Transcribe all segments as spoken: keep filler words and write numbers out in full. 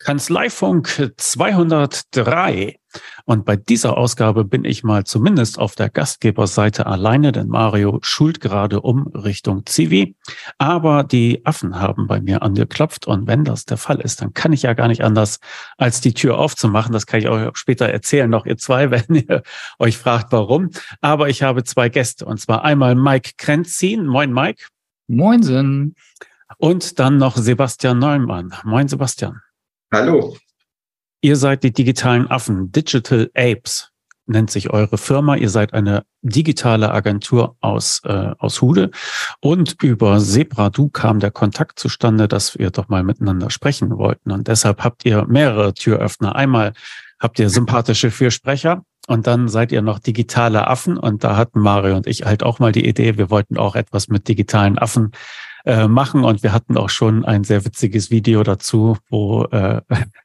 Kanzleifunk zweihundertdrei. Und bei dieser Ausgabe bin ich mal zumindest auf der Gastgeberseite alleine, denn Mario schult gerade um Richtung Zivi. Aber die Affen haben bei mir angeklopft und wenn das der Fall ist, dann kann ich ja gar nicht anders, als die Tür aufzumachen. Das kann ich euch auch später erzählen, noch ihr zwei, wenn ihr euch fragt, warum. Aber ich habe zwei Gäste und zwar einmal Mike Krenzin. Moin, Mike. Moinsen. Und dann noch Sebastian Neumann. Moin, Sebastian. Hallo. Ihr seid die digitalen Affen. Digital Apes nennt sich eure Firma. Ihr seid eine digitale Agentur aus, äh, aus Hude. Und über Zebradu kam der Kontakt zustande, dass wir doch mal miteinander sprechen wollten. Und deshalb habt ihr mehrere Türöffner. Einmal habt ihr sympathische Fürsprecher und dann seid ihr noch digitale Affen. Und da hatten Mario und ich halt auch mal die Idee, wir wollten auch etwas mit digitalen Affen äh, machen. Und wir hatten auch schon ein sehr witziges Video dazu, wo äh,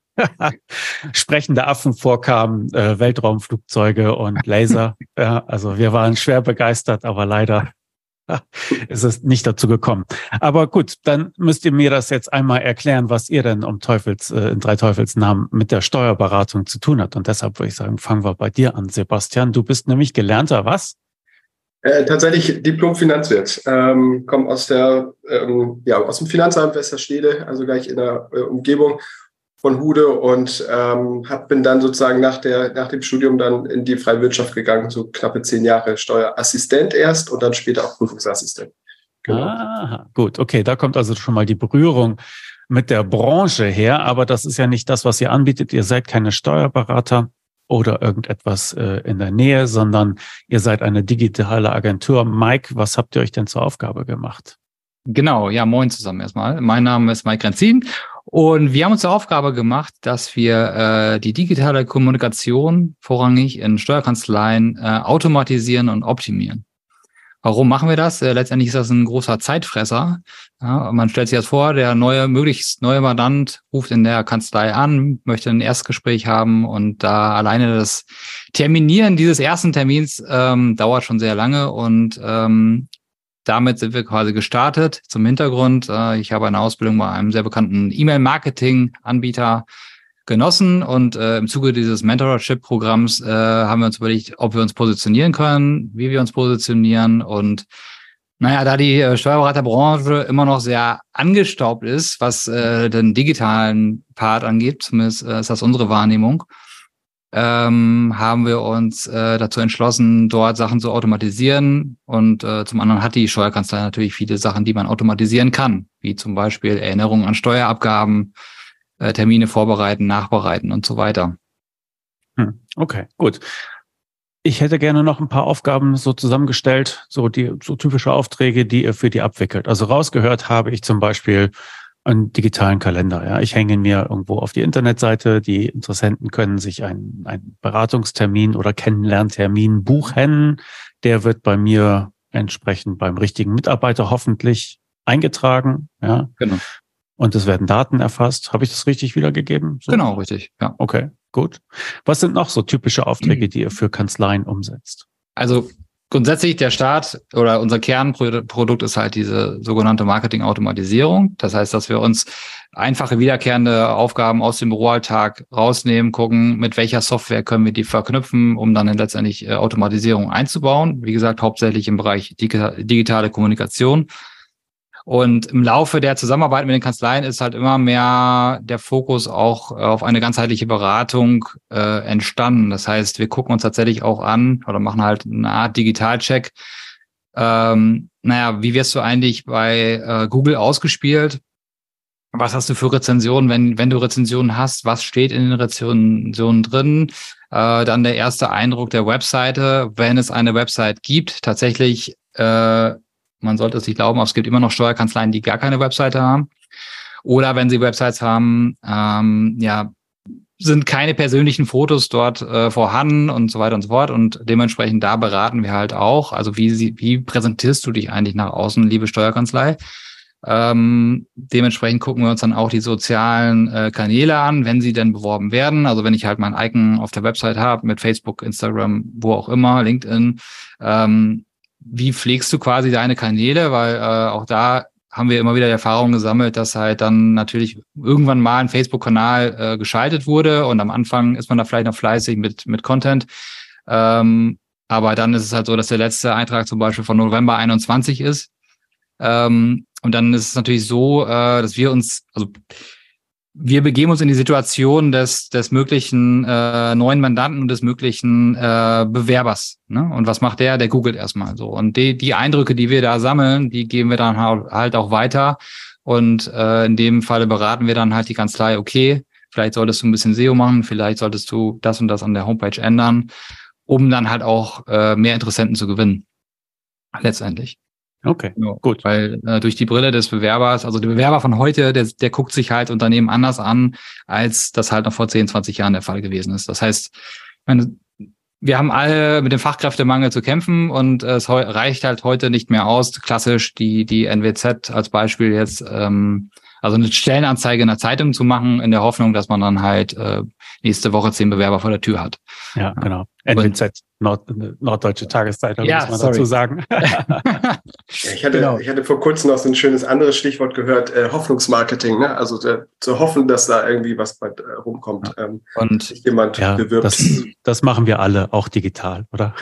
sprechende Affen vorkamen, äh, Weltraumflugzeuge und Laser. Ja, also wir waren schwer begeistert, aber leider ist es nicht dazu gekommen. Aber gut, dann müsst ihr mir das jetzt einmal erklären, was ihr denn um Teufels, äh, in drei Teufelsnamen mit der Steuerberatung zu tun habt. Und deshalb würde ich sagen, fangen wir bei dir an, Sebastian. Du bist nämlich gelernter was? Äh, tatsächlich Diplom-Finanzwirt. Ähm, komme aus der, ähm, ja, aus dem Finanzamt Westerstede, also gleich in der äh, Umgebung von Hude und ähm, hab, bin dann sozusagen nach, der, nach dem Studium dann in die freie Wirtschaft gegangen, so knappe zehn Jahre Steuerassistent erst und dann später auch Prüfungsassistent. Genau. Ah, gut, okay, da kommt also schon mal die Berührung mit der Branche her, aber das ist ja nicht das, was ihr anbietet. Ihr seid keine Steuerberater oder irgendetwas äh, in der Nähe, sondern ihr seid eine digitale Agentur. Mike, was habt ihr euch denn zur Aufgabe gemacht? Genau, ja, moin zusammen erstmal. Mein Name ist Mike Krenzin und wir haben uns zur Aufgabe gemacht, dass wir äh, die digitale Kommunikation vorrangig in Steuerkanzleien äh, automatisieren und optimieren. Warum machen wir das? Äh, letztendlich ist das ein großer Zeitfresser. Ja, man stellt sich das vor, der neue, möglichst neue Mandant ruft in der Kanzlei an, möchte ein Erstgespräch haben und da alleine das Terminieren dieses ersten Termins ähm, dauert schon sehr lange und ähm, damit sind wir quasi gestartet. Zum Hintergrund, äh, ich habe eine Ausbildung bei einem sehr bekannten E-Mail-Marketing-Anbieter genossen und äh, im Zuge dieses Mentorship-Programms äh, haben wir uns überlegt, ob wir uns positionieren können, wie wir uns positionieren und naja, da die äh, Steuerberaterbranche immer noch sehr angestaubt ist, was äh, den digitalen Part angeht, zumindest äh, ist das unsere Wahrnehmung, ähm, haben wir uns äh, dazu entschlossen, dort Sachen zu automatisieren. Und äh, zum anderen hat die Steuerkanzlei natürlich viele Sachen, die man automatisieren kann, wie zum Beispiel Erinnerungen an Steuerabgaben, äh, Termine vorbereiten, nachbereiten und so weiter. Hm, okay, gut. Ich hätte gerne noch ein paar Aufgaben so zusammengestellt, so die so typische Aufträge, die ihr für die abwickelt. Also rausgehört habe ich zum Beispiel einen digitalen Kalender. Ja, ich hänge ihn mir irgendwo auf die Internetseite. Die Interessenten können sich einen, einen Beratungstermin oder Kennenlerntermin buchen. Der wird bei mir entsprechend beim richtigen Mitarbeiter hoffentlich eingetragen. Ja, genau. Und es werden Daten erfasst. Habe ich das richtig wiedergegeben? So? Genau, richtig. Ja. Okay, gut. Was sind noch so typische Aufträge, die ihr für Kanzleien umsetzt? Also grundsätzlich der Start oder unser Kernprodukt ist halt diese sogenannte Marketing-Automatisierung. Das heißt, dass wir uns einfache, wiederkehrende Aufgaben aus dem Büroalltag rausnehmen, gucken, mit welcher Software können wir die verknüpfen, um dann letztendlich äh, Automatisierung einzubauen. Wie gesagt, hauptsächlich im Bereich dig- digitale Kommunikation. Und im Laufe der Zusammenarbeit mit den Kanzleien ist halt immer mehr der Fokus auch auf eine ganzheitliche Beratung äh, entstanden. Das heißt, wir gucken uns tatsächlich auch an oder machen halt eine Art Digitalcheck. Ähm, naja, wie wirst du eigentlich bei äh, Google ausgespielt? Was hast du für Rezensionen, wenn wenn du Rezensionen hast? Was steht in den Rezensionen drin? Äh, dann der erste Eindruck der Webseite, wenn es eine Website gibt. Tatsächlich äh, Man sollte es nicht glauben, aber es gibt immer noch Steuerkanzleien, die gar keine Webseite haben. Oder wenn sie Websites haben, ähm, ja, sind keine persönlichen Fotos dort äh, vorhanden und so weiter und so fort. Und dementsprechend da beraten wir halt auch. Also wie sie, wie präsentierst du dich eigentlich nach außen, liebe Steuerkanzlei? Ähm, dementsprechend gucken wir uns dann auch die sozialen äh, Kanäle an, wenn sie denn beworben werden. Also wenn ich halt mein Icon auf der Website habe, mit Facebook, Instagram, wo auch immer, LinkedIn, ähm, wie pflegst du quasi deine Kanäle? Weil äh, auch da haben wir immer wieder die Erfahrung gesammelt, dass halt dann natürlich irgendwann mal ein Facebook-Kanal äh, geschaltet wurde und am Anfang ist man da vielleicht noch fleißig mit mit Content. Ähm, aber dann ist es halt so, dass der letzte Eintrag zum Beispiel von November einundzwanzig ist. Ähm, und dann ist es natürlich so, äh, dass wir uns, also wir begeben uns in die Situation des des möglichen äh, neuen Mandanten und des möglichen äh, Bewerbers. Ne? Und was macht der? Der googelt erstmal so. Und die die Eindrücke, die wir da sammeln, die geben wir dann halt auch weiter. Und äh, in dem Falle beraten wir dann halt die Kanzlei, okay, vielleicht solltest du ein bisschen S E O machen, vielleicht solltest du das und das an der Homepage ändern, um dann halt auch äh, mehr Interessenten zu gewinnen. Letztendlich. Okay, ja, gut. Weil äh, durch die Brille des Bewerbers, also der Bewerber von heute, der, der guckt sich halt Unternehmen anders an, als das halt noch vor zehn, zwanzig Jahren der Fall gewesen ist. Das heißt, meine, wir haben alle mit dem Fachkräftemangel zu kämpfen und äh, es heu- reicht halt heute nicht mehr aus, klassisch die die N W Z als Beispiel jetzt, ähm, also eine Stellenanzeige in der Zeitung zu machen, in der Hoffnung, dass man dann halt äh, nächste Woche zehn Bewerber vor der Tür hat. Ja, ja. Genau. N W Z, Nord, Norddeutsche Tageszeitung, ja, muss man sorry. dazu sagen. Ja, ich, hatte, genau. ich hatte vor kurzem noch so ein schönes anderes Stichwort gehört, äh, Hoffnungsmarketing, ne? Also der, zu hoffen, dass da irgendwie was bei, äh, rumkommt. Ja. Ähm, und sich jemand ja, bewirbt. Das, das machen wir alle, auch digital, oder?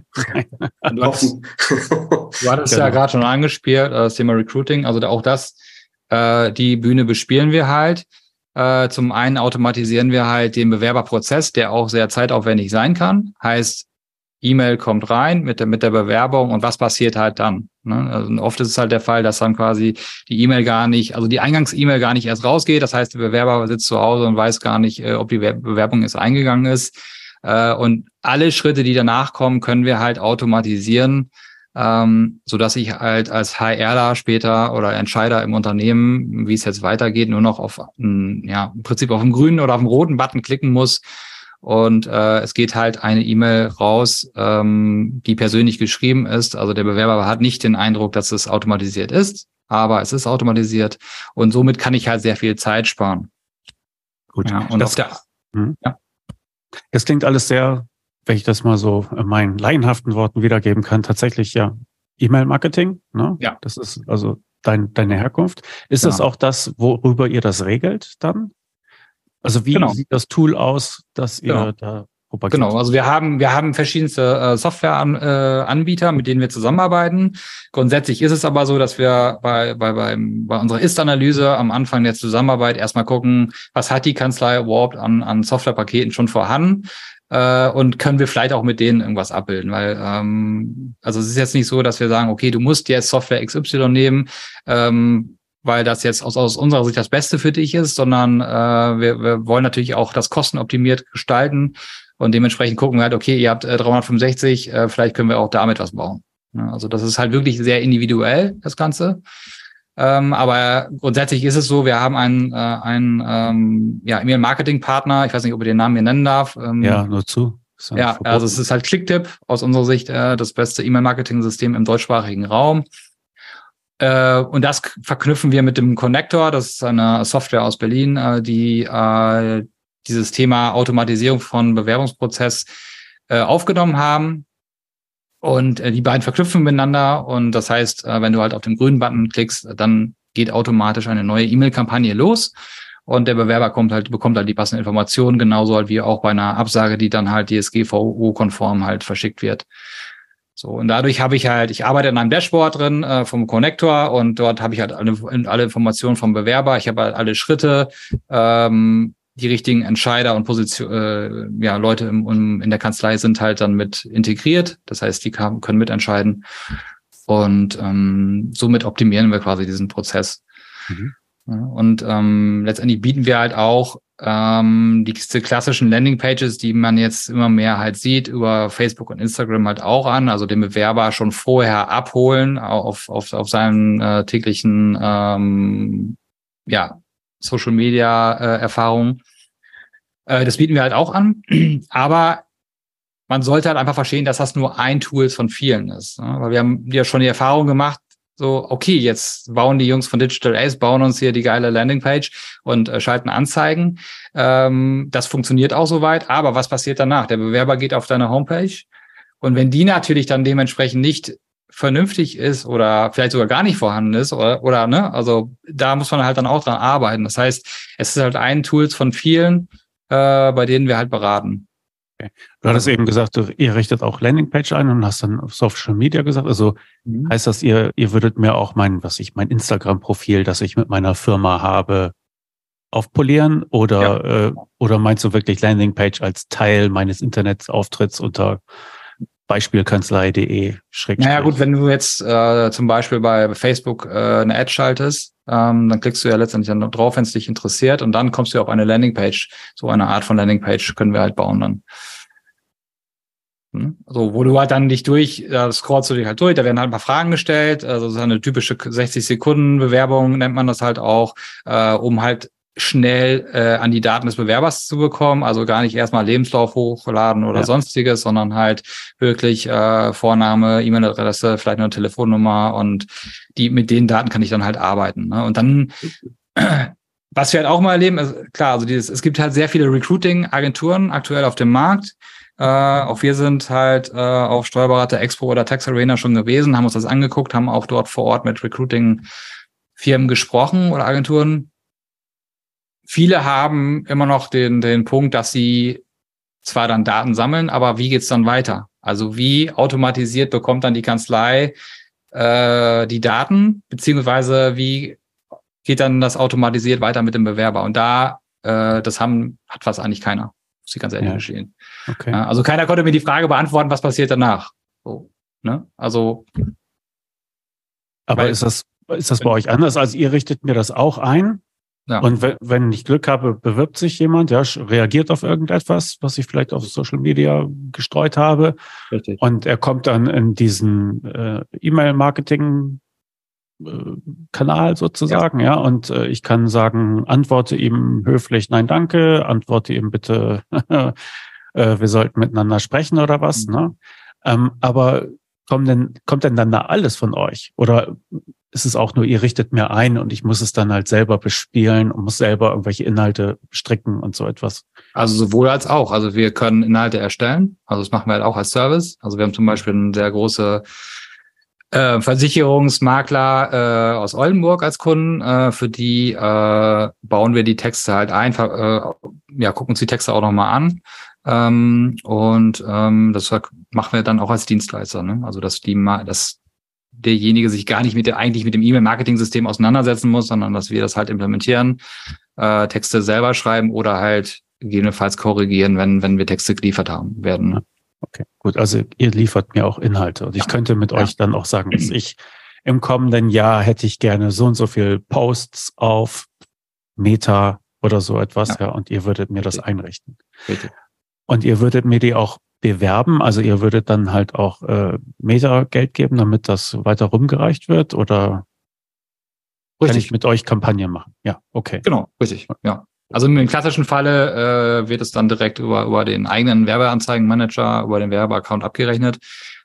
du hattest, Hoffen. du hattest Genau. ja gerade schon angespielt, das Thema Recruiting, also auch das, äh, die Bühne bespielen wir halt. Äh, zum einen automatisieren wir halt den Bewerberprozess, der auch sehr zeitaufwendig sein kann. Heißt, E-Mail kommt rein mit der mit der Bewerbung und was passiert halt dann? Ne? Also oft ist es halt der Fall, dass dann quasi die E-Mail gar nicht, also die Eingangs-E-Mail gar nicht erst rausgeht. Das heißt, der Bewerber sitzt zu Hause und weiß gar nicht, äh, ob die Bewerbung jetzt eingegangen ist. Äh, und alle Schritte, die danach kommen, können wir halt automatisieren, ähm, so dass ich halt als HRler später oder Entscheider im Unternehmen, wie es jetzt weitergeht, nur noch auf ein, ja im Prinzip auf den grünen oder auf den roten Button klicken muss. Und äh, es geht halt eine E-Mail raus, ähm, die persönlich geschrieben ist. Also der Bewerber hat nicht den Eindruck, dass es automatisiert ist, aber es ist automatisiert. Und somit kann ich halt sehr viel Zeit sparen. Gut. Ja, und das, auf der, hm? ja. das klingt alles sehr, wenn ich das mal so in meinen laienhaften Worten wiedergeben kann, tatsächlich ja E-Mail-Marketing. Ne? Ja. Das ist also dein, deine Herkunft. Ist Ja. das auch das, worüber ihr das regelt dann? Also wie Genau. sieht das Tool aus, dass ihr Genau. da propagiert? Genau, also wir haben wir haben verschiedenste äh, Softwareanbieter, äh, mit denen wir zusammenarbeiten. Grundsätzlich ist es aber so, dass wir bei bei beim, bei unserer Ist-Analyse am Anfang der Zusammenarbeit erstmal gucken, was hat die Kanzlei überhaupt an an Softwarepaketen schon vorhanden äh, und können wir vielleicht auch mit denen irgendwas abbilden, weil ähm, also es ist jetzt nicht so, dass wir sagen, okay, du musst jetzt Software X Y nehmen, ähm, weil das jetzt aus, aus unserer Sicht das Beste für dich ist, sondern äh, wir, wir wollen natürlich auch das kostenoptimiert gestalten und dementsprechend gucken wir halt, okay, ihr habt äh, dreihundertfünfundsechzig, äh, vielleicht können wir auch damit was bauen. Ja, also das ist halt wirklich sehr individuell, das Ganze. Ähm, aber grundsätzlich ist es so, wir haben einen, äh, einen ähm, ja, E-Mail-Marketing-Partner, ich weiß nicht, ob ich den Namen hier nennen darf. Ähm, Ja, nur zu. Ist ja, verboten. also es ist halt Clicktip, aus unserer Sicht äh, das beste E-Mail-Marketing-System im deutschsprachigen Raum. Äh, und das k- verknüpfen wir mit dem Connector. Das ist eine Software aus Berlin, äh, die äh, dieses Thema Automatisierung von Bewerbungsprozess äh, aufgenommen haben. Und äh, die beiden verknüpfen miteinander. Und das heißt, äh, wenn du halt auf den grünen Button klickst, dann geht automatisch eine neue E-Mail-Kampagne los. Und der Bewerber kommt halt, bekommt halt die passenden Informationen, genauso halt wie auch bei einer Absage, die dann halt D S G V O-konform halt verschickt wird. So, und dadurch habe ich halt, ich arbeite in einem Dashboard drin äh, vom Connector und dort habe ich halt alle, alle Informationen vom Bewerber. Ich habe halt alle Schritte, ähm, die richtigen Entscheider und Position, äh, ja, Leute im, im, in der Kanzlei sind halt dann mit integriert. Das heißt, die kann, können mitentscheiden. Und ähm, somit optimieren wir quasi diesen Prozess. Mhm. Ja, und ähm, letztendlich bieten wir halt auch ähm, die, die klassischen Landingpages, die man jetzt immer mehr halt sieht, über Facebook und Instagram halt auch an. Also den Bewerber schon vorher abholen auf auf, auf seinen äh, täglichen ähm, ja Social Media äh, Erfahrungen. Äh, das bieten wir halt auch an, aber man sollte halt einfach verstehen, dass das nur ein Tool von vielen ist. Ne? Weil wir haben ja schon die Erfahrung gemacht, so, okay, jetzt bauen die Jungs von Digital Ace, bauen uns hier die geile Landingpage und äh, schalten Anzeigen. Ähm, das funktioniert auch soweit, aber was passiert danach? Der Bewerber geht auf deine Homepage und wenn die natürlich dann dementsprechend nicht vernünftig ist oder vielleicht sogar gar nicht vorhanden ist oder, oder ne, also da muss man halt dann auch dran arbeiten. Das heißt, es ist halt ein Tool von vielen, äh, bei denen wir halt beraten. Okay. Du hattest eben gesagt, du, ihr richtet auch Landingpage ein und hast dann auf Social Media gesagt. Also mhm. heißt das, ihr, ihr würdet mir auch mein, was ich, mein Instagram-Profil, das ich mit meiner Firma habe, aufpolieren oder, ja. äh, oder meinst du wirklich Landingpage als Teil meines Internetauftritts unter beispielkanzlei punkt de? Naja gut, wenn du jetzt äh, zum Beispiel bei Facebook äh, eine Ad schaltest, ähm, dann klickst du ja letztendlich dann drauf, wenn es dich interessiert und dann kommst du auf eine Landingpage. So eine Art von Landingpage können wir halt bauen dann. Hm? Also wo du halt dann dich durch, da scrollst du dich halt durch, da werden halt ein paar Fragen gestellt, also so eine typische sechzig Sekunden Bewerbung nennt man das halt auch, äh, um halt schnell äh, an die Daten des Bewerbers zu bekommen, also gar nicht erstmal Lebenslauf hochladen oder ja. sonstiges, sondern halt wirklich äh, Vorname, E-Mail-Adresse, vielleicht noch eine Telefonnummer und die mit den Daten kann ich dann halt arbeiten. Ne? Und dann, was wir halt auch mal erleben, ist, klar, also dieses, es gibt halt sehr viele Recruiting-Agenturen aktuell auf dem Markt. Äh, auch wir sind halt äh, auf Steuerberater Expo oder Tax Arena schon gewesen, haben uns das angeguckt, haben auch dort vor Ort mit Recruiting-Firmen gesprochen oder Agenturen. Viele haben immer noch den, den Punkt, dass sie zwar dann Daten sammeln, aber wie geht's dann weiter? Also wie automatisiert bekommt dann die Kanzlei äh, die Daten, beziehungsweise wie geht dann das automatisiert weiter mit dem Bewerber? Und da, äh, das haben, hat fast eigentlich keiner, muss ich ganz ehrlich ja. gestehen. Okay. Ja, also keiner konnte mir die Frage beantworten, was passiert danach. So, ne? Also. Aber weil, ist das, ist das bei euch anders? Also ihr richtet mir das auch ein? Ja. Und wenn, wenn ich Glück habe, bewirbt sich jemand, ja, reagiert auf irgendetwas, was ich vielleicht auf Social Media gestreut habe. Richtig. Und er kommt dann in diesen äh, E-Mail-Marketing-Kanal sozusagen, ja. ja, und äh, ich kann sagen, antworte ihm höflich, nein, danke, antworte ihm bitte, äh, wir sollten miteinander sprechen oder was, mhm. ne? Ähm, aber kommt denn, kommt denn dann da alles von euch? Oder ist es auch nur, ihr richtet mir ein und ich muss es dann halt selber bespielen und muss selber irgendwelche Inhalte stricken und so etwas? Also sowohl als auch. Also wir können Inhalte erstellen. Also das machen wir halt auch als Service. Also wir haben zum Beispiel eine sehr große äh, Versicherungsmakler äh, aus Oldenburg als Kunden. Äh, für die äh, bauen wir die Texte halt ein, äh, ja, gucken uns die Texte auch nochmal an. Ähm, und ähm, das machen wir dann auch als Dienstleister. Ne? Also dass die mal, dass derjenige sich gar nicht mit der, eigentlich mit dem E-Mail-Marketing-System auseinandersetzen muss, sondern dass wir das halt implementieren, äh, Texte selber schreiben oder halt gegebenenfalls korrigieren, wenn, wenn wir Texte geliefert haben werden. Okay, gut. Also ihr liefert mir auch Inhalte und ich ja. könnte mit ja. euch dann auch sagen, dass ich im kommenden Jahr hätte ich gerne so und so viel Posts auf Meta oder so etwas, ja, ja und ihr würdet mir Richtig. das einrichten. Richtig. Und ihr würdet mir die auch bewerben, also ihr würdet dann halt auch äh, Meta Geld geben, damit das weiter rumgereicht wird, oder richtig. Kann ich mit euch Kampagnen machen? Ja, okay. Genau, richtig, ja. Also im klassischen Falle äh, wird es dann direkt über über den eigenen Werbeanzeigenmanager, über den Werbeaccount abgerechnet.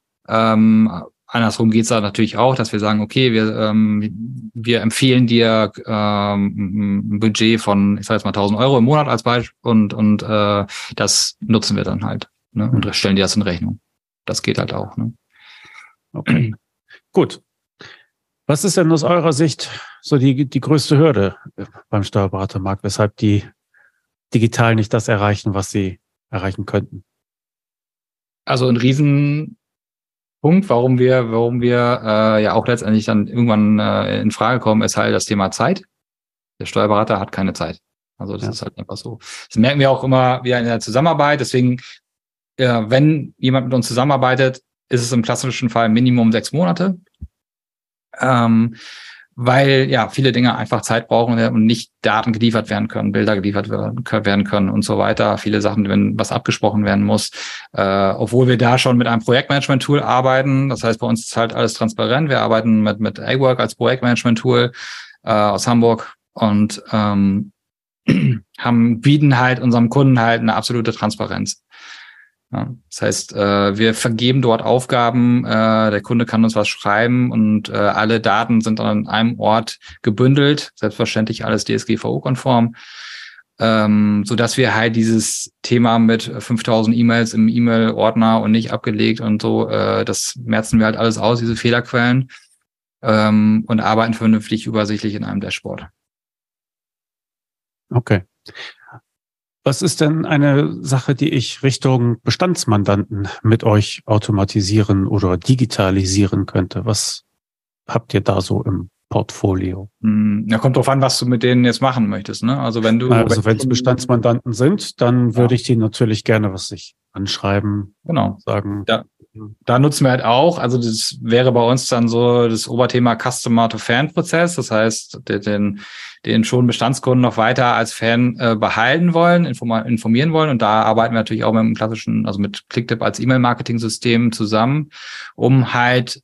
Ähm, andersrum geht's da natürlich auch, dass wir sagen, okay, wir ähm, wir empfehlen dir ähm, ein Budget von, ich sage jetzt mal tausend Euro im Monat als Beispiel und und äh, das nutzen wir dann halt. Ne, und stellen die das in Rechnung. Das geht halt auch. Ne? Okay. Gut. Was ist denn aus eurer Sicht so die, die größte Hürde beim Steuerberatermarkt, weshalb die digital nicht das erreichen, was sie erreichen könnten? Also ein Riesenpunkt, warum wir, warum wir äh, ja auch letztendlich dann irgendwann äh, in Frage kommen, ist halt das Thema Zeit. Der Steuerberater hat keine Zeit. Also das ja. ist halt einfach so. Das merken wir auch immer wieder in der Zusammenarbeit. Deswegen Ja, wenn jemand mit uns zusammenarbeitet, ist es im klassischen Fall Minimum sechs Monate, ähm, weil ja viele Dinge einfach Zeit brauchen und nicht Daten geliefert werden können, Bilder geliefert werden können und so weiter. Viele Sachen, wenn was abgesprochen werden muss, äh, obwohl wir da schon mit einem Projektmanagement-Tool arbeiten. Das heißt, bei uns ist halt alles transparent. Wir arbeiten mit mit A-Work als Projektmanagement-Tool äh, aus Hamburg und ähm, haben bieten halt unserem Kunden halt eine absolute Transparenz. Ja, das heißt, äh, wir vergeben dort Aufgaben, äh, der Kunde kann uns was schreiben und äh, alle Daten sind dann an einem Ort gebündelt, selbstverständlich alles D S G V O-konform. ähm, so dass wir halt dieses Thema mit fünftausend E-Mails im E-Mail-Ordner und nicht abgelegt und so, äh, das merzen wir halt alles aus, diese Fehlerquellen, ähm, und arbeiten vernünftig übersichtlich in einem Dashboard. Okay. Was ist denn eine Sache, die ich Richtung Bestandsmandanten mit euch automatisieren oder digitalisieren könnte? Was habt ihr da so im Portfolio? Ja, kommt drauf an, was du mit denen jetzt machen möchtest, ne? Also wenn du... Also wenn es Bestandsmandanten sind, dann würde ja. ich die natürlich gerne was sich anschreiben, genau. sagen. Da, da nutzen wir halt auch, also das wäre bei uns dann so das Oberthema Customer-to-Fan-Prozess, das heißt, den, den schon Bestandskunden noch weiter als Fan äh, behalten wollen, inform- informieren wollen, und da arbeiten wir natürlich auch mit einem klassischen, also mit Clicktip als E-Mail-Marketing-System zusammen, um halt,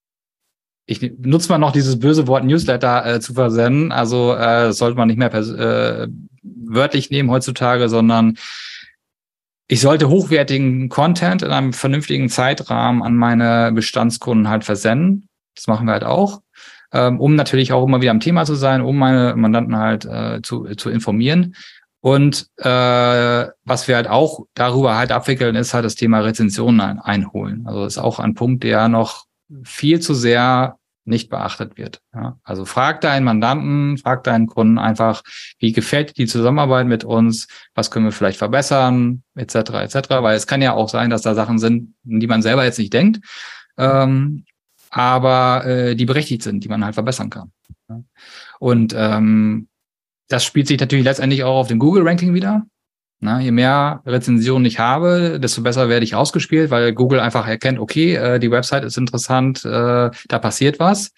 ich nutze mal noch dieses böse Wort Newsletter äh, zu versenden, also äh, das sollte man nicht mehr pers- äh, wörtlich nehmen heutzutage, sondern ich sollte hochwertigen Content in einem vernünftigen Zeitrahmen an meine Bestandskunden halt versenden. Das machen wir halt auch, ähm, um natürlich auch immer wieder am Thema zu sein, um meine Mandanten halt äh, zu, zu informieren. Und äh, was wir halt auch darüber halt abwickeln, ist halt das Thema Rezensionen ein, einholen. Also das ist auch ein Punkt, der noch viel zu sehr nicht beachtet wird. Ja, also frag deinen Mandanten, frag deinen Kunden einfach, wie gefällt dir die Zusammenarbeit mit uns, was können wir vielleicht verbessern, et cetera, et cetera. Weil es kann ja auch sein, dass da Sachen sind, die man selber jetzt nicht denkt, ähm, aber äh, die berechtigt sind, die man halt verbessern kann. Ja. Und ähm, das spielt sich natürlich letztendlich auch auf dem Google-Ranking wieder. Na, je mehr Rezensionen ich habe, desto besser werde ich ausgespielt, weil Google einfach erkennt, okay, äh, die Website ist interessant, äh, da passiert was.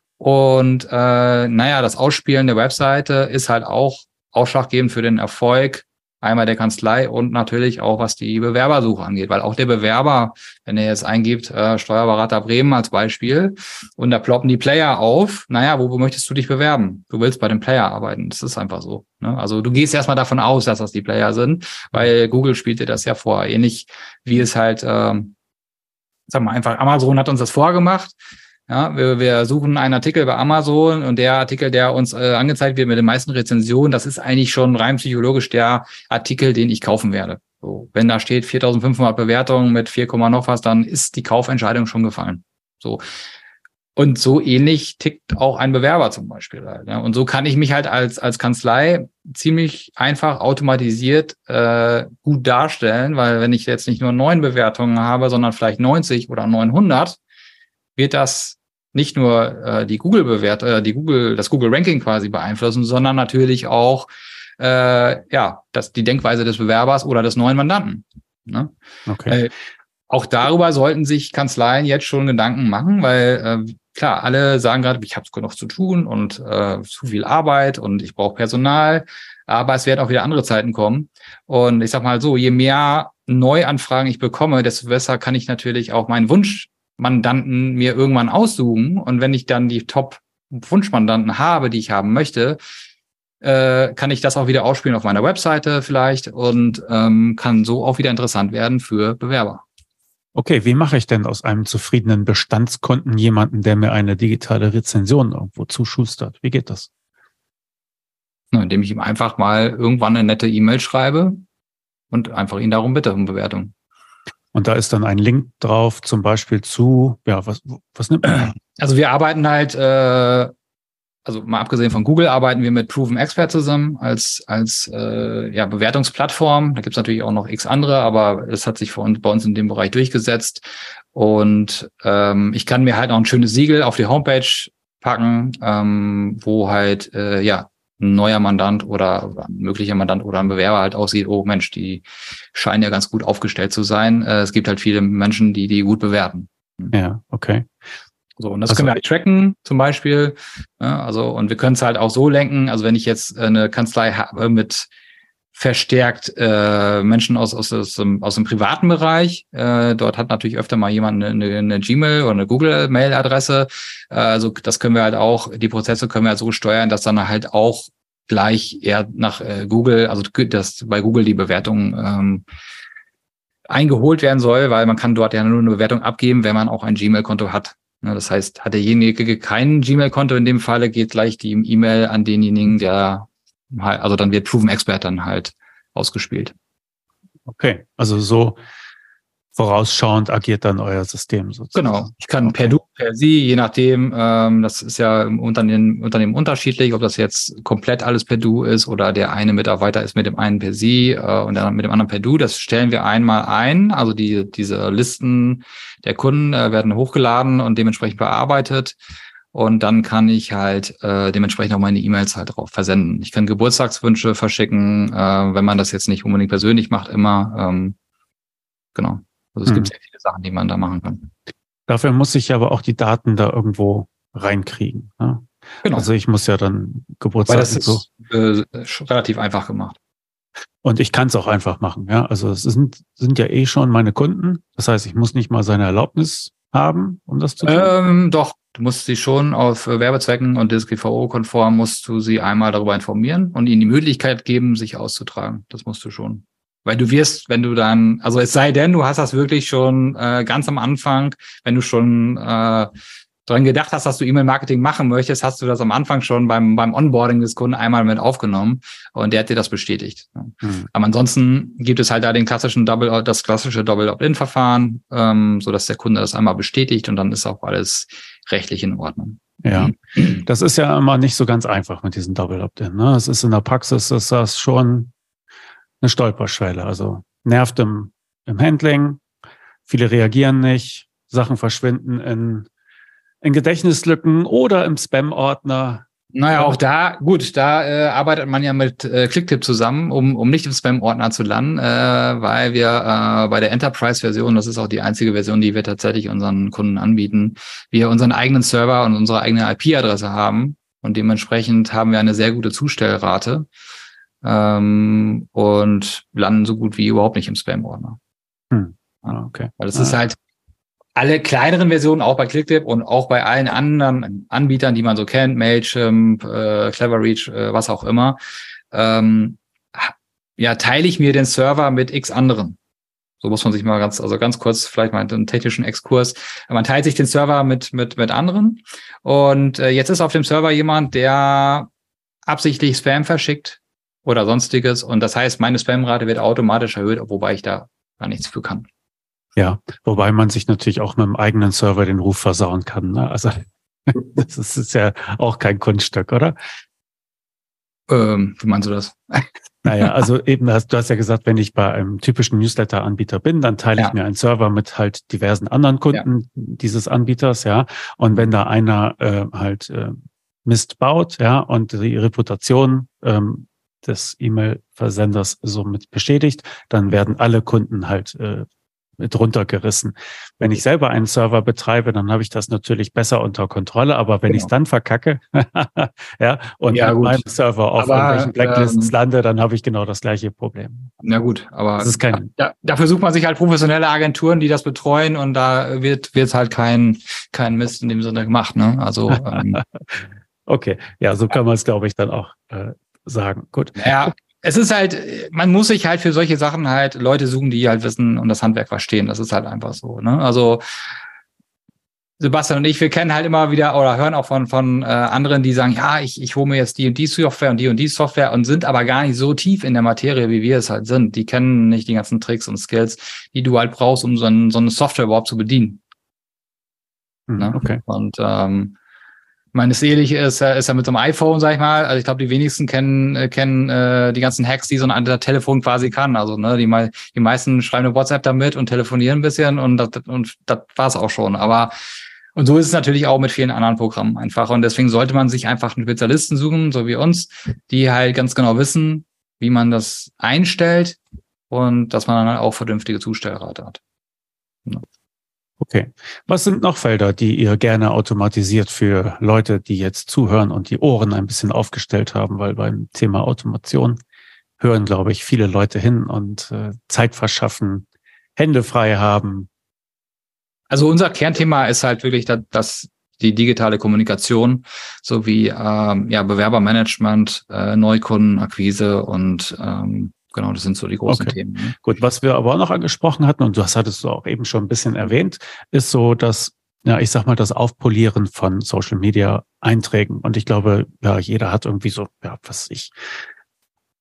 Und äh, naja, das Ausspielen der Webseite ist halt auch ausschlaggebend für den Erfolg einmal der Kanzlei und natürlich auch, was die Bewerbersuche angeht, weil auch der Bewerber, wenn er jetzt eingibt, äh, Steuerberater Bremen als Beispiel, und da ploppen die Player auf, naja, wo, wo möchtest du dich bewerben? Du willst bei dem Player arbeiten, das ist einfach so. Ne? Also du gehst erstmal davon aus, dass das die Player sind, weil Google spielt dir das ja vor, ähnlich wie es halt, ähm, sag mal einfach, Amazon hat uns das vorgemacht. Ja, wir, wir suchen einen Artikel bei Amazon und der Artikel, der uns äh, angezeigt wird mit den meisten Rezensionen, das ist eigentlich schon rein psychologisch der Artikel, den ich kaufen werde. So, wenn da steht viertausendfünfhundert Bewertungen mit vier, noch was, dann ist die Kaufentscheidung schon gefallen. So. Und so ähnlich tickt auch ein Bewerber zum Beispiel halt. Ja. Und so kann ich mich halt als als Kanzlei ziemlich einfach automatisiert äh, gut darstellen, weil wenn ich jetzt nicht nur neun Bewertungen habe, sondern vielleicht neunzig oder neunhundert, wird das nicht nur äh, die Google-Bewert, äh, die Google, das Google-Ranking quasi beeinflussen, sondern natürlich auch äh, ja, das, die Denkweise des Bewerbers oder des neuen Mandanten. Ne? Okay. Äh, auch darüber sollten sich Kanzleien jetzt schon Gedanken machen, weil äh, klar, alle sagen gerade, ich habe genug zu tun und äh, zu viel Arbeit und ich brauche Personal, aber es werden auch wieder andere Zeiten kommen. Und ich sag mal so, je mehr Neuanfragen ich bekomme, desto besser kann ich natürlich auch meinen Wunsch Mandanten mir irgendwann aussuchen, und wenn ich dann die Top-Wunschmandanten habe, die ich haben möchte, äh, kann ich das auch wieder ausspielen auf meiner Webseite vielleicht und ähm, kann so auch wieder interessant werden für Bewerber. Okay, wie mache ich denn aus einem zufriedenen Bestandskunden jemanden, der mir eine digitale Rezension irgendwo zuschustert? Wie geht das? Na, indem ich ihm einfach mal irgendwann eine nette E-Mail schreibe und einfach ihn darum bitte um Bewertung. Und da ist dann ein Link drauf, zum Beispiel zu, ja, was, was nimmt man? Also wir arbeiten halt, äh, also mal abgesehen von Google, arbeiten wir mit Proven Expert zusammen als als äh, ja, Bewertungsplattform. Da gibt's natürlich auch noch x andere, aber es hat sich für uns, bei uns in dem Bereich durchgesetzt. Und ähm, ich kann mir halt auch ein schönes Siegel auf die Homepage packen, ähm, wo halt äh, ja ein neuer Mandant oder, oder ein möglicher Mandant oder ein Bewerber halt aussieht, oh Mensch, die scheinen ja ganz gut aufgestellt zu sein. Äh, es gibt halt viele Menschen, die die gut bewerten. Ja, okay. So, und das Also, können wir halt tracken, zum Beispiel. Ja, also, und wir können es halt auch so lenken. Also, wenn ich jetzt eine Kanzlei habe mit verstärkt äh, Menschen aus, aus, aus, dem, aus dem privaten Bereich, äh, dort hat natürlich öfter mal jemand eine, eine Gmail oder eine Google-Mail-Adresse. Äh, also, das können wir halt auch, die Prozesse können wir halt so steuern, dass dann halt auch gleich eher nach äh, Google, also dass bei Google die Bewertung ähm, eingeholt werden soll, weil man kann dort ja nur eine Bewertung abgeben, wenn man auch ein Gmail-Konto hat. Ja, das heißt, hat derjenige kein Gmail-Konto, in dem Falle geht gleich die E-Mail an denjenigen, der also dann wird Proven Expert dann halt ausgespielt. Okay, also so vorausschauend agiert dann euer System sozusagen. Genau. Ich kann okay. per Du, per Sie, je nachdem, ähm, das ist ja im Unternehmen, Unternehmen unterschiedlich, ob das jetzt komplett alles per Du ist oder der eine Mitarbeiter ist mit dem einen per Sie äh, und dann mit dem anderen per Du. Das stellen wir einmal ein. Also die diese Listen der Kunden äh, werden hochgeladen und dementsprechend bearbeitet. Und dann kann ich halt äh, dementsprechend auch meine E-Mails halt drauf versenden. Ich kann Geburtstagswünsche verschicken, äh, wenn man das jetzt nicht unbedingt persönlich macht, immer. Ähm, genau. Also es hm. gibt sehr viele Sachen, die man da machen kann. Dafür muss ich aber auch die Daten da irgendwo reinkriegen. Ne? Genau. Also ich muss ja dann Geburtstag Weil das und so. ist äh, relativ einfach gemacht. Und ich kann es auch einfach machen. Ja, also es sind, sind ja eh schon meine Kunden. Das heißt, ich muss nicht mal seine Erlaubnis haben, um das zu tun. Ähm, doch, du musst sie schon auf Werbezwecken und D S G V O-konform musst du sie einmal darüber informieren und ihnen die Möglichkeit geben, sich auszutragen. Das musst du schon. Weil du wirst, wenn du dann, also es sei denn, du hast das wirklich schon äh, ganz am Anfang, wenn du schon äh, dran gedacht hast, dass du E-Mail-Marketing machen möchtest, hast du das am Anfang schon beim beim Onboarding des Kunden einmal mit aufgenommen und der hat dir das bestätigt. Mhm. Aber ansonsten gibt es halt da den klassischen Double, das klassische Double Opt-in-Verfahren, ähm, so dass der Kunde das einmal bestätigt und dann ist auch alles rechtlich in Ordnung. Ja, das ist ja immer nicht so ganz einfach mit diesem Double Opt-in. Ne? Es ist in der Praxis, ist das schon eine Stolperschwelle. Also nervt im, im Handling, viele reagieren nicht, Sachen verschwinden in, in Gedächtnislücken oder im Spam-Ordner. Naja, auch da, gut, da äh, arbeitet man ja mit äh, Clicktip zusammen, um um nicht im Spam-Ordner zu landen, äh, weil wir äh, bei der Enterprise-Version, das ist auch die einzige Version, die wir tatsächlich unseren Kunden anbieten, wir unseren eigenen Server und unsere eigene I P-Adresse haben und dementsprechend haben wir eine sehr gute Zustellrate. Ähm, und landen so gut wie überhaupt nicht im Spam-Ordner. Hm. Ah, okay. Weil es ah. ist halt alle kleineren Versionen, auch bei Clicktip und auch bei allen anderen Anbietern, die man so kennt, Mailchimp, äh, Cleverreach, äh, was auch immer, ähm, ja, teile ich mir den Server mit x anderen. So muss man sich mal ganz, also ganz kurz vielleicht mal einen technischen Exkurs. Man teilt sich den Server mit mit mit anderen und äh, jetzt ist auf dem Server jemand, der absichtlich Spam verschickt oder sonstiges. Und das heißt, meine Spamrate wird automatisch erhöht, wobei ich da gar nichts für kann. Ja, wobei man sich natürlich auch mit dem eigenen Server den Ruf versauen kann. Ne? Also das ist, ist ja auch kein Kunststück, oder? Ähm, wie meinst du das? Naja, also eben, hast, du hast ja gesagt, wenn ich bei einem typischen Newsletter-Anbieter bin, dann teile ja. ich mir einen Server mit halt diversen anderen Kunden ja. dieses Anbieters, ja. Und wenn da einer äh, halt äh, Mist baut, ja, und die Reputation ähm, des E-Mail-Versenders somit bestätigt, dann werden alle Kunden halt äh, mit runtergerissen. Wenn ich selber einen Server betreibe, dann habe ich das natürlich besser unter Kontrolle, aber wenn genau. ich es dann verkacke, ja, und ja, mit meinem Server auf aber, irgendwelchen Blacklists ähm, lande, dann habe ich genau das gleiche Problem. Na gut, aber das ist kein da, dafür sucht man sich halt professionelle Agenturen, die das betreuen und da wird wird halt kein kein Mist in dem Sinne gemacht, ne? Also ähm, okay, ja, so kann man es, glaube ich, dann auch äh, sagen. Gut. Ja, es ist halt, man muss sich halt für solche Sachen halt Leute suchen, die halt wissen und das Handwerk verstehen. Das ist halt einfach so, ne? Also Sebastian und ich, wir kennen halt immer wieder oder hören auch von von äh, anderen, die sagen, ja, ich ich hole mir jetzt die und die Software und die und die Software und sind aber gar nicht so tief in der Materie, wie wir es halt sind. Die kennen nicht die ganzen Tricks und Skills, die du halt brauchst, um so, ein, so eine Software überhaupt zu bedienen. Hm, ne? Okay. Und ähm, meine, das Ähnliche ist, ist ja mit so einem iPhone, sag ich mal. Also ich glaube, die wenigsten kennen äh, kennen äh, die ganzen Hacks, die so ein Telefon quasi kann. Also ne, die, me die meisten schreiben eine WhatsApp damit und telefonieren ein bisschen und das, und das war's auch schon. Aber und so ist es natürlich auch mit vielen anderen Programmen einfach. Und deswegen sollte man sich einfach einen Spezialisten suchen, so wie uns, die halt ganz genau wissen, wie man das einstellt und dass man dann auch vernünftige Zustellrate hat. Ja. Okay. Was sind noch Felder, die ihr gerne automatisiert für Leute, die jetzt zuhören und die Ohren ein bisschen aufgestellt haben? Weil beim Thema Automation hören, glaube ich, viele Leute hin und äh, Zeit verschaffen, Hände frei haben. Also unser Kernthema ist halt wirklich das, das die digitale Kommunikation sowie ähm, ja, Bewerbermanagement, äh, Neukundenakquise und ähm, genau, das sind so die großen okay. Themen. Ne? Gut, was wir aber auch noch angesprochen hatten, und das hattest du auch eben schon ein bisschen erwähnt, ist so, dass, ja, ich sag mal, das Aufpolieren von Social Media Einträgen. Und ich glaube, ja, jeder hat irgendwie so, ja, was ich,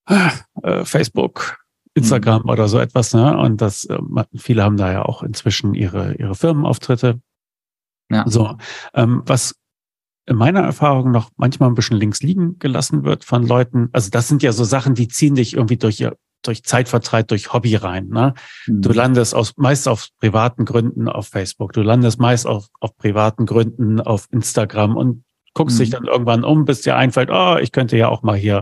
äh, Facebook, Instagram mhm. oder so etwas, ne? Und das, äh, viele haben da ja auch inzwischen ihre, ihre Firmenauftritte. Ja. So, ähm, was in meiner Erfahrung noch manchmal ein bisschen links liegen gelassen wird von Leuten, also das sind ja so Sachen, die ziehen dich irgendwie durch ihr, durch Zeitvertreib, durch Hobby rein, ne? Mhm. Du landest aus, meist auf privaten Gründen auf Facebook, du landest meist auf, auf privaten Gründen auf Instagram und guckst mhm. dich dann irgendwann um, bis dir einfällt, oh, ich könnte ja auch mal hier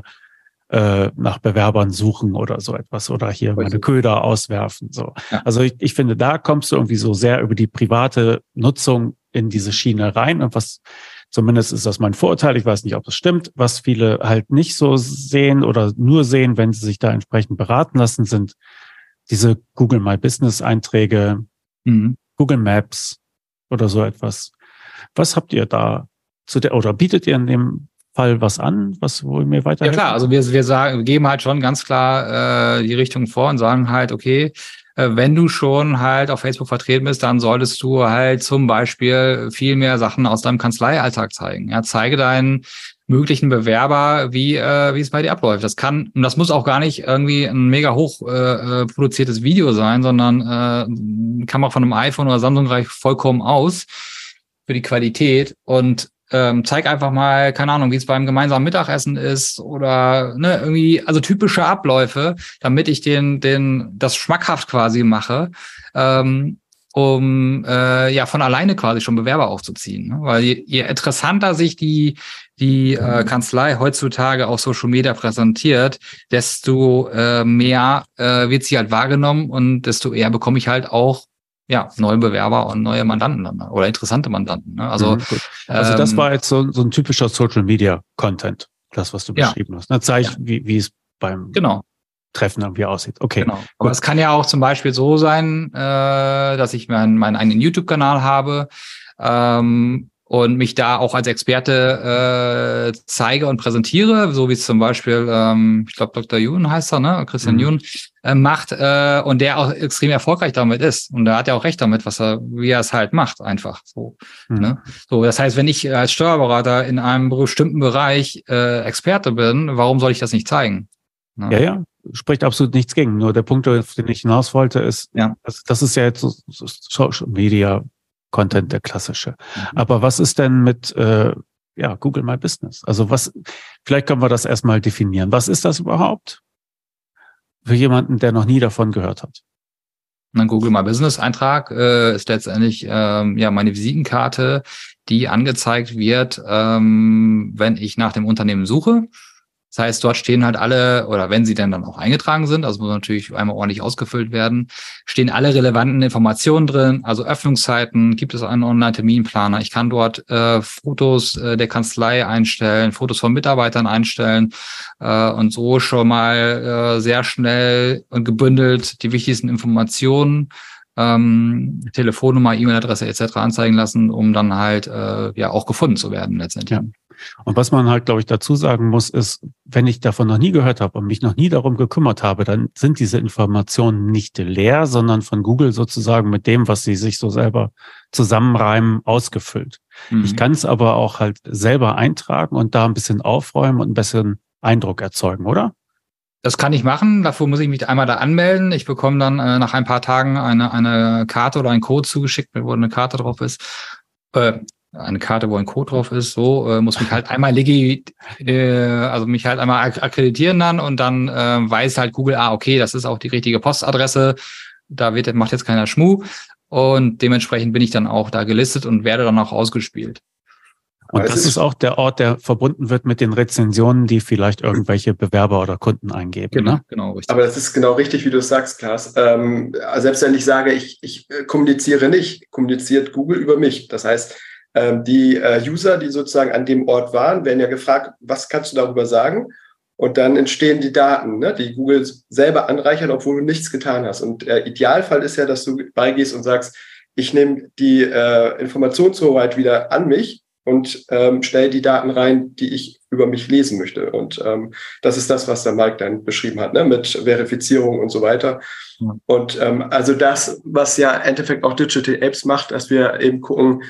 äh, nach Bewerbern suchen oder so etwas oder hier Richtig. meine Köder auswerfen, so. Ja. Also ich, ich finde, da kommst du irgendwie so sehr über die private Nutzung in diese Schiene rein und was zumindest ist das mein Vorurteil, ich weiß nicht, ob das stimmt, was viele halt nicht so sehen oder nur sehen, wenn sie sich da entsprechend beraten lassen, sind diese Google My Business Einträge, mhm. Google Maps oder so etwas. Was habt ihr da zu der, oder bietet ihr in dem Fall was an, was wo ihr mir weiterhelfen? Ja klar, also wir, wir sagen, wir geben halt schon ganz klar äh, die Richtung vor und sagen halt, okay, wenn du schon halt auf Facebook vertreten bist, dann solltest du halt zum Beispiel viel mehr Sachen aus deinem Kanzleialltag zeigen. Ja, zeige deinen möglichen Bewerber, wie äh, wie es bei dir abläuft. Das kann, und das muss auch gar nicht irgendwie ein mega hoch äh, produziertes Video sein, sondern äh, kann man von einem iPhone oder Samsung reicht vollkommen aus für die Qualität und Ähm, zeig einfach mal, keine Ahnung, wie es beim gemeinsamen Mittagessen ist oder ne, irgendwie, also typische Abläufe, damit ich den, den, das schmackhaft quasi mache, ähm, um äh, ja von alleine quasi schon Bewerber aufzuziehen. Ne? Weil je, je interessanter sich die die äh, Kanzlei heutzutage auf Social Media präsentiert, desto äh, mehr äh, wird sie halt wahrgenommen und desto eher bekomme ich halt auch ja, neue Bewerber und neue Mandanten dann, oder interessante Mandanten. Ne? Also, mhm, also ähm, das war jetzt so, so ein typischer Social Media Content, das, was du ja. beschrieben hast. Ne? Zeig, ja. wie, wie es beim genau. Treffen irgendwie aussieht. Okay. Genau. Aber es kann ja auch zum Beispiel so sein, äh, dass ich meinen, meinen eigenen YouTube-Kanal habe, ähm, und mich da auch als Experte äh, zeige und präsentiere, so wie es zum Beispiel, ähm, ich glaube, Doktor Jun heißt er, ne, Christian mhm. Jun, äh, macht äh, und der auch extrem erfolgreich damit ist. Und da hat er auch recht damit, was er, wie er es halt macht, einfach so. Mhm. Ne? So, das heißt, wenn ich als Steuerberater in einem bestimmten Bereich äh, Experte bin, warum soll ich das nicht zeigen? Ne? Ja, ja, spricht absolut nichts gegen. Nur der Punkt, auf den ich hinaus wollte, ist, ja. das, das ist ja jetzt so, so Social Media Content, der klassische. Mhm. Aber was ist denn mit äh, ja, Google My Business? Also was, vielleicht können wir das erstmal definieren. Was ist das überhaupt für jemanden, der noch nie davon gehört hat? Ein Google My Business Eintrag äh, ist letztendlich ähm, ja meine Visitenkarte, die angezeigt wird, ähm, wenn ich nach dem Unternehmen suche. Das heißt, dort stehen halt alle, oder wenn sie denn dann auch eingetragen sind, also muss natürlich einmal ordentlich ausgefüllt werden, stehen alle relevanten Informationen drin, also Öffnungszeiten, gibt es einen Online-Terminplaner. Ich kann dort äh, Fotos äh, der Kanzlei einstellen, Fotos von Mitarbeitern einstellen äh, und so schon mal äh, sehr schnell und gebündelt die wichtigsten Informationen, ähm, Telefonnummer, E-Mail-Adresse et cetera anzeigen lassen, um dann halt äh, ja auch gefunden zu werden letztendlich. Ja. Und was man halt, glaube ich, dazu sagen muss, ist, wenn ich davon noch nie gehört habe und mich noch nie darum gekümmert habe, dann sind diese Informationen nicht leer, sondern von Google sozusagen mit dem, was sie sich so selber zusammenreimen, ausgefüllt. Mhm. Ich kann es aber auch halt selber eintragen und da ein bisschen aufräumen und einen besseren Eindruck erzeugen, oder? Das kann ich machen. Dafür muss ich mich einmal da anmelden. Ich bekomme dann äh, nach ein paar Tagen eine eine Karte oder einen Code zugeschickt, wo eine Karte drauf ist. Äh, eine Karte, wo ein Code drauf ist, so, äh, muss mich halt einmal legi, äh, also mich halt einmal ak- akkreditieren dann und dann äh, weiß halt Google, ah, okay, das ist auch die richtige Postadresse, da wird, macht jetzt keiner Schmuh und dementsprechend bin ich dann auch da gelistet und werde dann auch ausgespielt. Und das ist, ist auch der Ort, der verbunden wird mit den Rezensionen, die vielleicht irgendwelche Bewerber oder Kunden eingeben. Genau, ne? genau, richtig. Aber das ist genau richtig, wie du es sagst, Klaas. Ähm, selbst wenn ich sage, ich, ich kommuniziere nicht, kommuniziert Google über mich. Das heißt, die User, die sozusagen an dem Ort waren, werden ja gefragt, was kannst du darüber sagen? Und dann entstehen die Daten, ne, die Google selber anreichern, obwohl du nichts getan hast. Und der Idealfall ist ja, dass du beigehst und sagst, ich nehme die äh, Informationshoheit wieder an mich und ähm, stelle die Daten rein, die ich über mich lesen möchte. Und ähm, das ist das, was der Mike dann beschrieben hat, ne, mit Verifizierung und so weiter. Ja. Und ähm, also das, was ja im Endeffekt auch Digital Apes macht, dass wir eben gucken,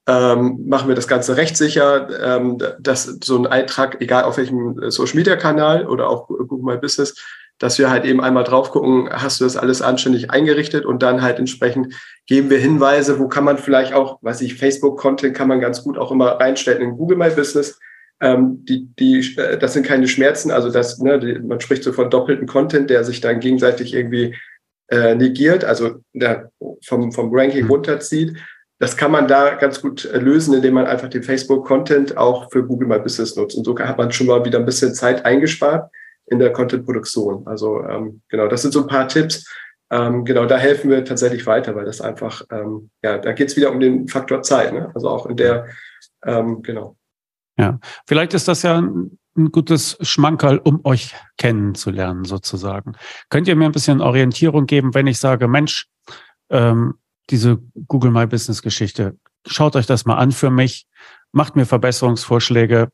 ähm, machen wir das Ganze rechtssicher, ähm, dass so ein Eintrag, egal auf welchem Social-Media-Kanal oder auch Google My Business, dass wir halt eben einmal drauf gucken, hast du das alles anständig eingerichtet und dann halt entsprechend geben wir Hinweise, wo kann man vielleicht auch, weiß ich, Facebook-Content kann man ganz gut auch immer reinstellen in Google My Business. Ähm, die, die, das sind keine Schmerzen, also das, ne, die, man spricht so von doppelten Content, der sich dann gegenseitig irgendwie äh, negiert, also der vom, vom Ranking runterzieht. Das kann man da ganz gut äh, lösen, indem man einfach den Facebook-Content auch für Google My Business nutzt. Und so hat man schon mal wieder ein bisschen Zeit eingespart in der Content-Produktion. Also ähm, genau, das sind so ein paar Tipps. Ähm, genau, da helfen wir tatsächlich weiter, weil das einfach, ähm, ja, da geht es wieder um den Faktor Zeit, ne? Also auch in der, ähm, genau. Ja, vielleicht ist das ja ein, ein gutes Schmankerl, um euch kennenzulernen sozusagen. Könnt ihr mir ein bisschen Orientierung geben, wenn ich sage, Mensch, ähm, diese Google My Business Geschichte, schaut euch das mal an für mich, macht mir Verbesserungsvorschläge,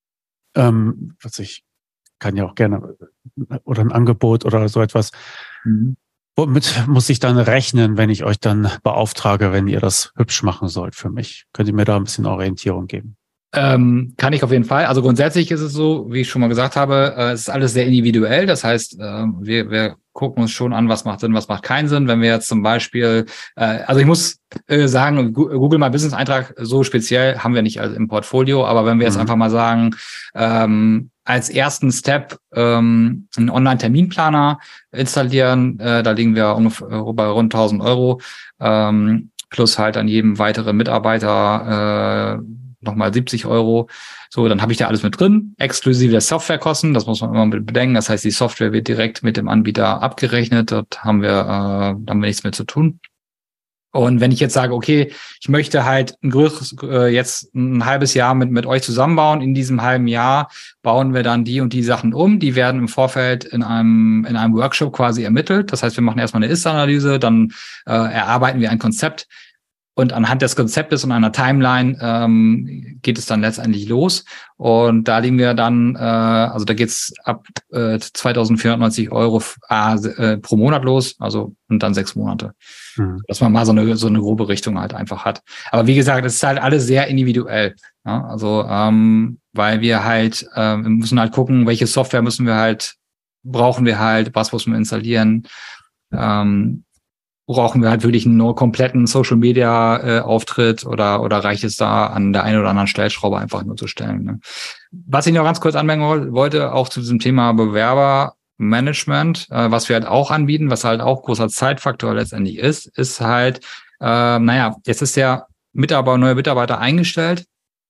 ähm, was ich kann ja auch gerne, oder ein Angebot oder so etwas. Mhm. Womit muss ich dann rechnen, wenn ich euch dann beauftrage, wenn ihr das hübsch machen sollt für mich? Könnt ihr mir da ein bisschen Orientierung geben? Ähm, kann ich auf jeden Fall. Also grundsätzlich ist es so, wie ich schon mal gesagt habe, äh, es ist alles sehr individuell. Das heißt, äh, wir, wir gucken uns schon an, was macht Sinn, was macht keinen Sinn. Wenn wir jetzt zum Beispiel, äh, also ich muss äh, sagen, Google My Business Eintrag so speziell haben wir nicht als im Portfolio, aber wenn wir jetzt mhm. einfach mal sagen, ähm, als ersten Step ähm, einen Online-Terminplaner installieren, äh, da liegen wir ungefähr bei rund tausend Euro, ähm, plus halt an jedem weiteren Mitarbeiter äh, nochmal siebzig Euro. So, dann habe ich da alles mit drin, exklusive der Softwarekosten. Das muss man immer mit bedenken. Das heißt, die Software wird direkt mit dem Anbieter abgerechnet. Dort haben wir, äh, da haben wir nichts mehr zu tun. Und wenn ich jetzt sage, okay, ich möchte halt ein größeres, äh, jetzt ein halbes Jahr mit mit euch zusammenbauen. In diesem halben Jahr bauen wir dann die und die Sachen um. Die werden im Vorfeld in einem in einem Workshop quasi ermittelt. Das heißt, wir machen erstmal eine Ist-Analyse, dann äh, erarbeiten wir ein Konzept. Und anhand des Konzeptes und einer Timeline ähm, geht es dann letztendlich los. Und da liegen wir dann, äh, also da geht's ab äh, zweitausendvierhundertneunzig Euro äh, pro Monat los, also und dann sechs Monate. Mhm. Dass man mal so eine so eine grobe Richtung halt einfach hat. Aber wie gesagt, es ist halt alles sehr individuell. Ja? Also ähm, weil wir halt, äh, wir müssen halt gucken, welche Software müssen wir halt, brauchen wir halt, was müssen wir installieren. Ähm, Brauchen wir halt wirklich einen nur kompletten Social-Media-Auftritt äh, oder oder reicht es da an der einen oder anderen Stellschraube einfach nur zu stellen? Ne? Was ich noch ganz kurz anmerken wollte, auch zu diesem Thema Bewerbermanagement, äh, was wir halt auch anbieten, was halt auch großer Zeitfaktor letztendlich ist, ist halt, äh, naja, jetzt ist der Mitarbeiter, neue Mitarbeiter eingestellt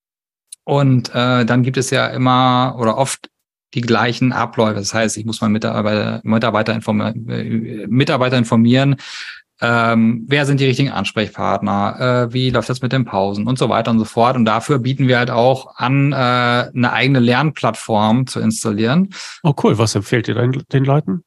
und äh, dann gibt es ja immer oder oft die gleichen Abläufe. Das heißt, ich muss meinen Mitarbeiter, Mitarbeiter, informieren, äh, Mitarbeiter informieren, ähm, wer sind die richtigen Ansprechpartner, äh, wie läuft das mit den Pausen und so weiter und so fort. Und dafür bieten wir halt auch an, äh, eine eigene Lernplattform zu installieren. Oh cool, was empfehlt ihr den, den Leuten?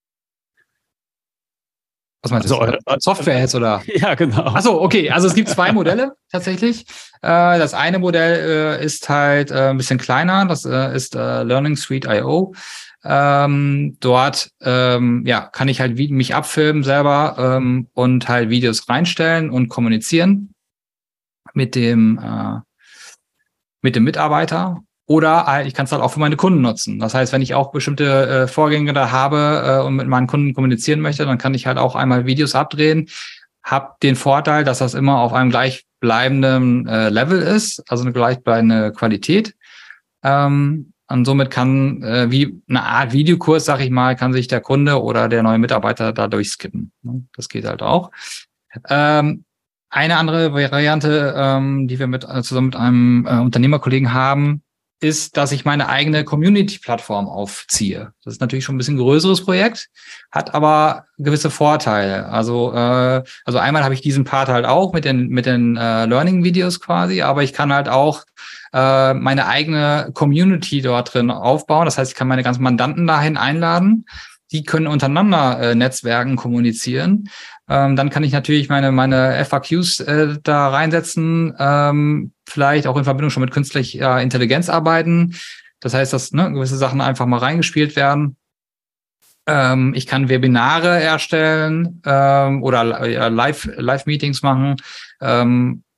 Was meinst du? Also, Software jetzt oder? Ja, genau. Achso, okay. Also es gibt zwei Modelle tatsächlich. Äh, das eine Modell äh, ist halt äh, ein bisschen kleiner. Das äh, ist äh, Learning Suite Punkt io. Ähm, dort ähm, ja kann ich halt wie, mich abfilmen selber ähm, und halt Videos reinstellen und kommunizieren mit dem äh, mit dem Mitarbeiter. Oder halt, ich kann es halt auch für meine Kunden nutzen. Das heißt, wenn ich auch bestimmte äh, Vorgänge da habe äh, und mit meinen Kunden kommunizieren möchte, dann kann ich halt auch einmal Videos abdrehen. Hab den Vorteil, dass das immer auf einem gleichbleibenden äh, Level ist, also eine gleichbleibende Qualität. Ähm, und somit kann, äh, wie eine Art Videokurs, sag ich mal, kann sich der Kunde oder der neue Mitarbeiter da durchskippen. Das geht halt auch. Ähm, eine andere Variante, ähm, die wir mit äh, zusammen mit einem äh, Unternehmerkollegen haben, ist, dass ich meine eigene Community-Plattform aufziehe. Das ist natürlich schon ein bisschen ein größeres Projekt, hat aber gewisse Vorteile. Also äh, also einmal habe ich diesen Part halt auch mit den mit den äh, Learning-Videos quasi, aber ich kann halt auch äh, meine eigene Community dort drin aufbauen. Das heißt, ich kann meine ganzen Mandanten dahin einladen. Die können untereinander äh, Netzwerken kommunizieren. Ähm, dann kann ich natürlich meine meine F A Qs äh, da reinsetzen, ähm, vielleicht auch in Verbindung schon mit künstlicher Intelligenz arbeiten. Das heißt, dass ne, gewisse Sachen einfach mal reingespielt werden. Ähm, ich kann Webinare erstellen ähm, oder äh, Live Live Meetings machen. Ähm,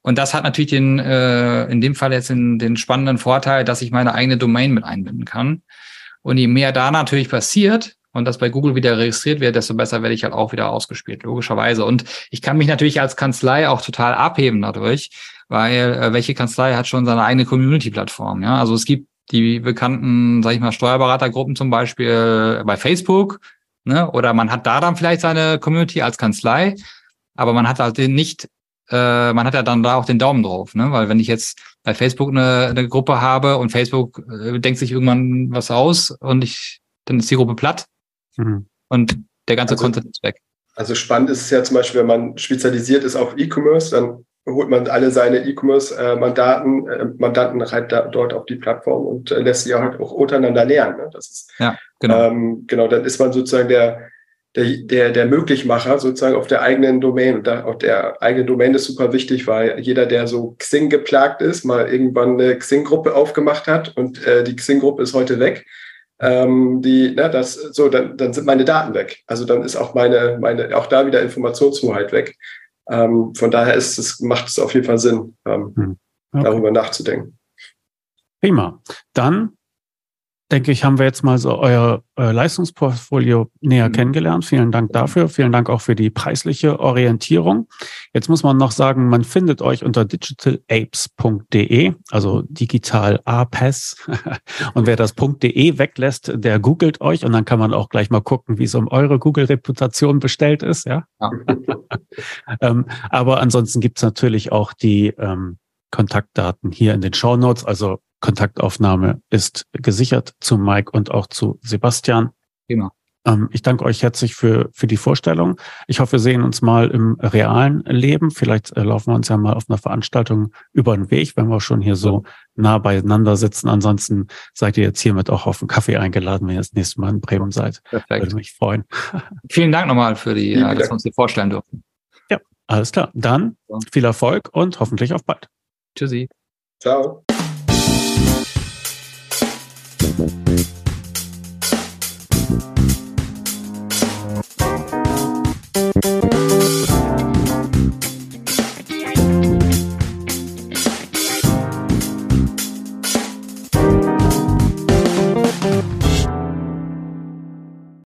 Und das hat natürlich den, äh, in dem Fall jetzt den, den spannenden Vorteil, dass ich meine eigene Domain mit einbinden kann. Und je mehr da natürlich passiert und das bei Google wieder registriert wird, desto besser werde ich halt auch wieder ausgespielt, logischerweise. Und ich kann mich natürlich als Kanzlei auch total abheben dadurch, weil äh, welche Kanzlei hat schon seine eigene Community-Plattform? Ja, also es gibt die bekannten, sag ich mal, Steuerberatergruppen zum Beispiel bei Facebook, ne? Oder man hat da dann vielleicht seine Community als Kanzlei, aber man hat halt nicht, äh, man hat ja dann da auch den Daumen drauf, ne? Weil wenn ich jetzt bei Facebook eine, eine Gruppe habe und Facebook äh, denkt sich irgendwann was aus und ich, dann ist die Gruppe platt mhm. und der ganze also, Content ist weg. Also spannend ist es ja zum Beispiel, wenn man spezialisiert ist auf E-Commerce, dann holt man alle seine E-Commerce-Mandaten, äh, Mandanten rein da, dort auf die Plattform und äh, lässt sie halt auch untereinander lernen. Ne? Das ist, ja, genau. Ähm, genau, dann ist man sozusagen der, der, der, der Möglichmacher sozusagen auf der eigenen Domain. Und da, auch der eigene Domain ist super wichtig, weil jeder, der so Xing geplagt ist, mal irgendwann eine Xing-Gruppe aufgemacht hat und äh, die Xing-Gruppe ist heute weg. Ähm, die, na, das, so, dann, dann sind meine Daten weg. Also dann ist auch meine, meine, auch da wieder Informationshoheit weg. Ähm, von daher ist es, macht es auf jeden Fall Sinn, ähm, okay. darüber nachzudenken. Prima. Dann denke ich, haben wir jetzt mal so euer äh, Leistungsportfolio näher mhm. kennengelernt. Vielen Dank dafür. Vielen Dank auch für die preisliche Orientierung. Jetzt muss man noch sagen, man findet euch unter digital apes punkt de, also digital apes. Und wer das .de weglässt, der googelt euch und dann kann man auch gleich mal gucken, wie es um eure Google-Reputation bestellt ist. Ja. ja. ähm, aber ansonsten gibt es natürlich auch die ähm, Kontaktdaten hier in den Shownotes, also Kontaktaufnahme ist gesichert zu Mike und auch zu Sebastian. Genau. Ähm, ich danke euch herzlich für, für die Vorstellung. Ich hoffe, wir sehen uns mal im realen Leben. Vielleicht äh, laufen wir uns ja mal auf einer Veranstaltung über den Weg, wenn wir schon hier so nah beieinander sitzen. Ansonsten seid ihr jetzt hiermit auch auf einen Kaffee eingeladen, wenn ihr das nächste Mal in Bremen seid. Perfekt. Würde mich freuen. Vielen Dank nochmal für die, ja, dass wir uns hier vorstellen durften. Ja, alles klar. Dann viel Erfolg und hoffentlich auf bald. Tschüssi. Ciao.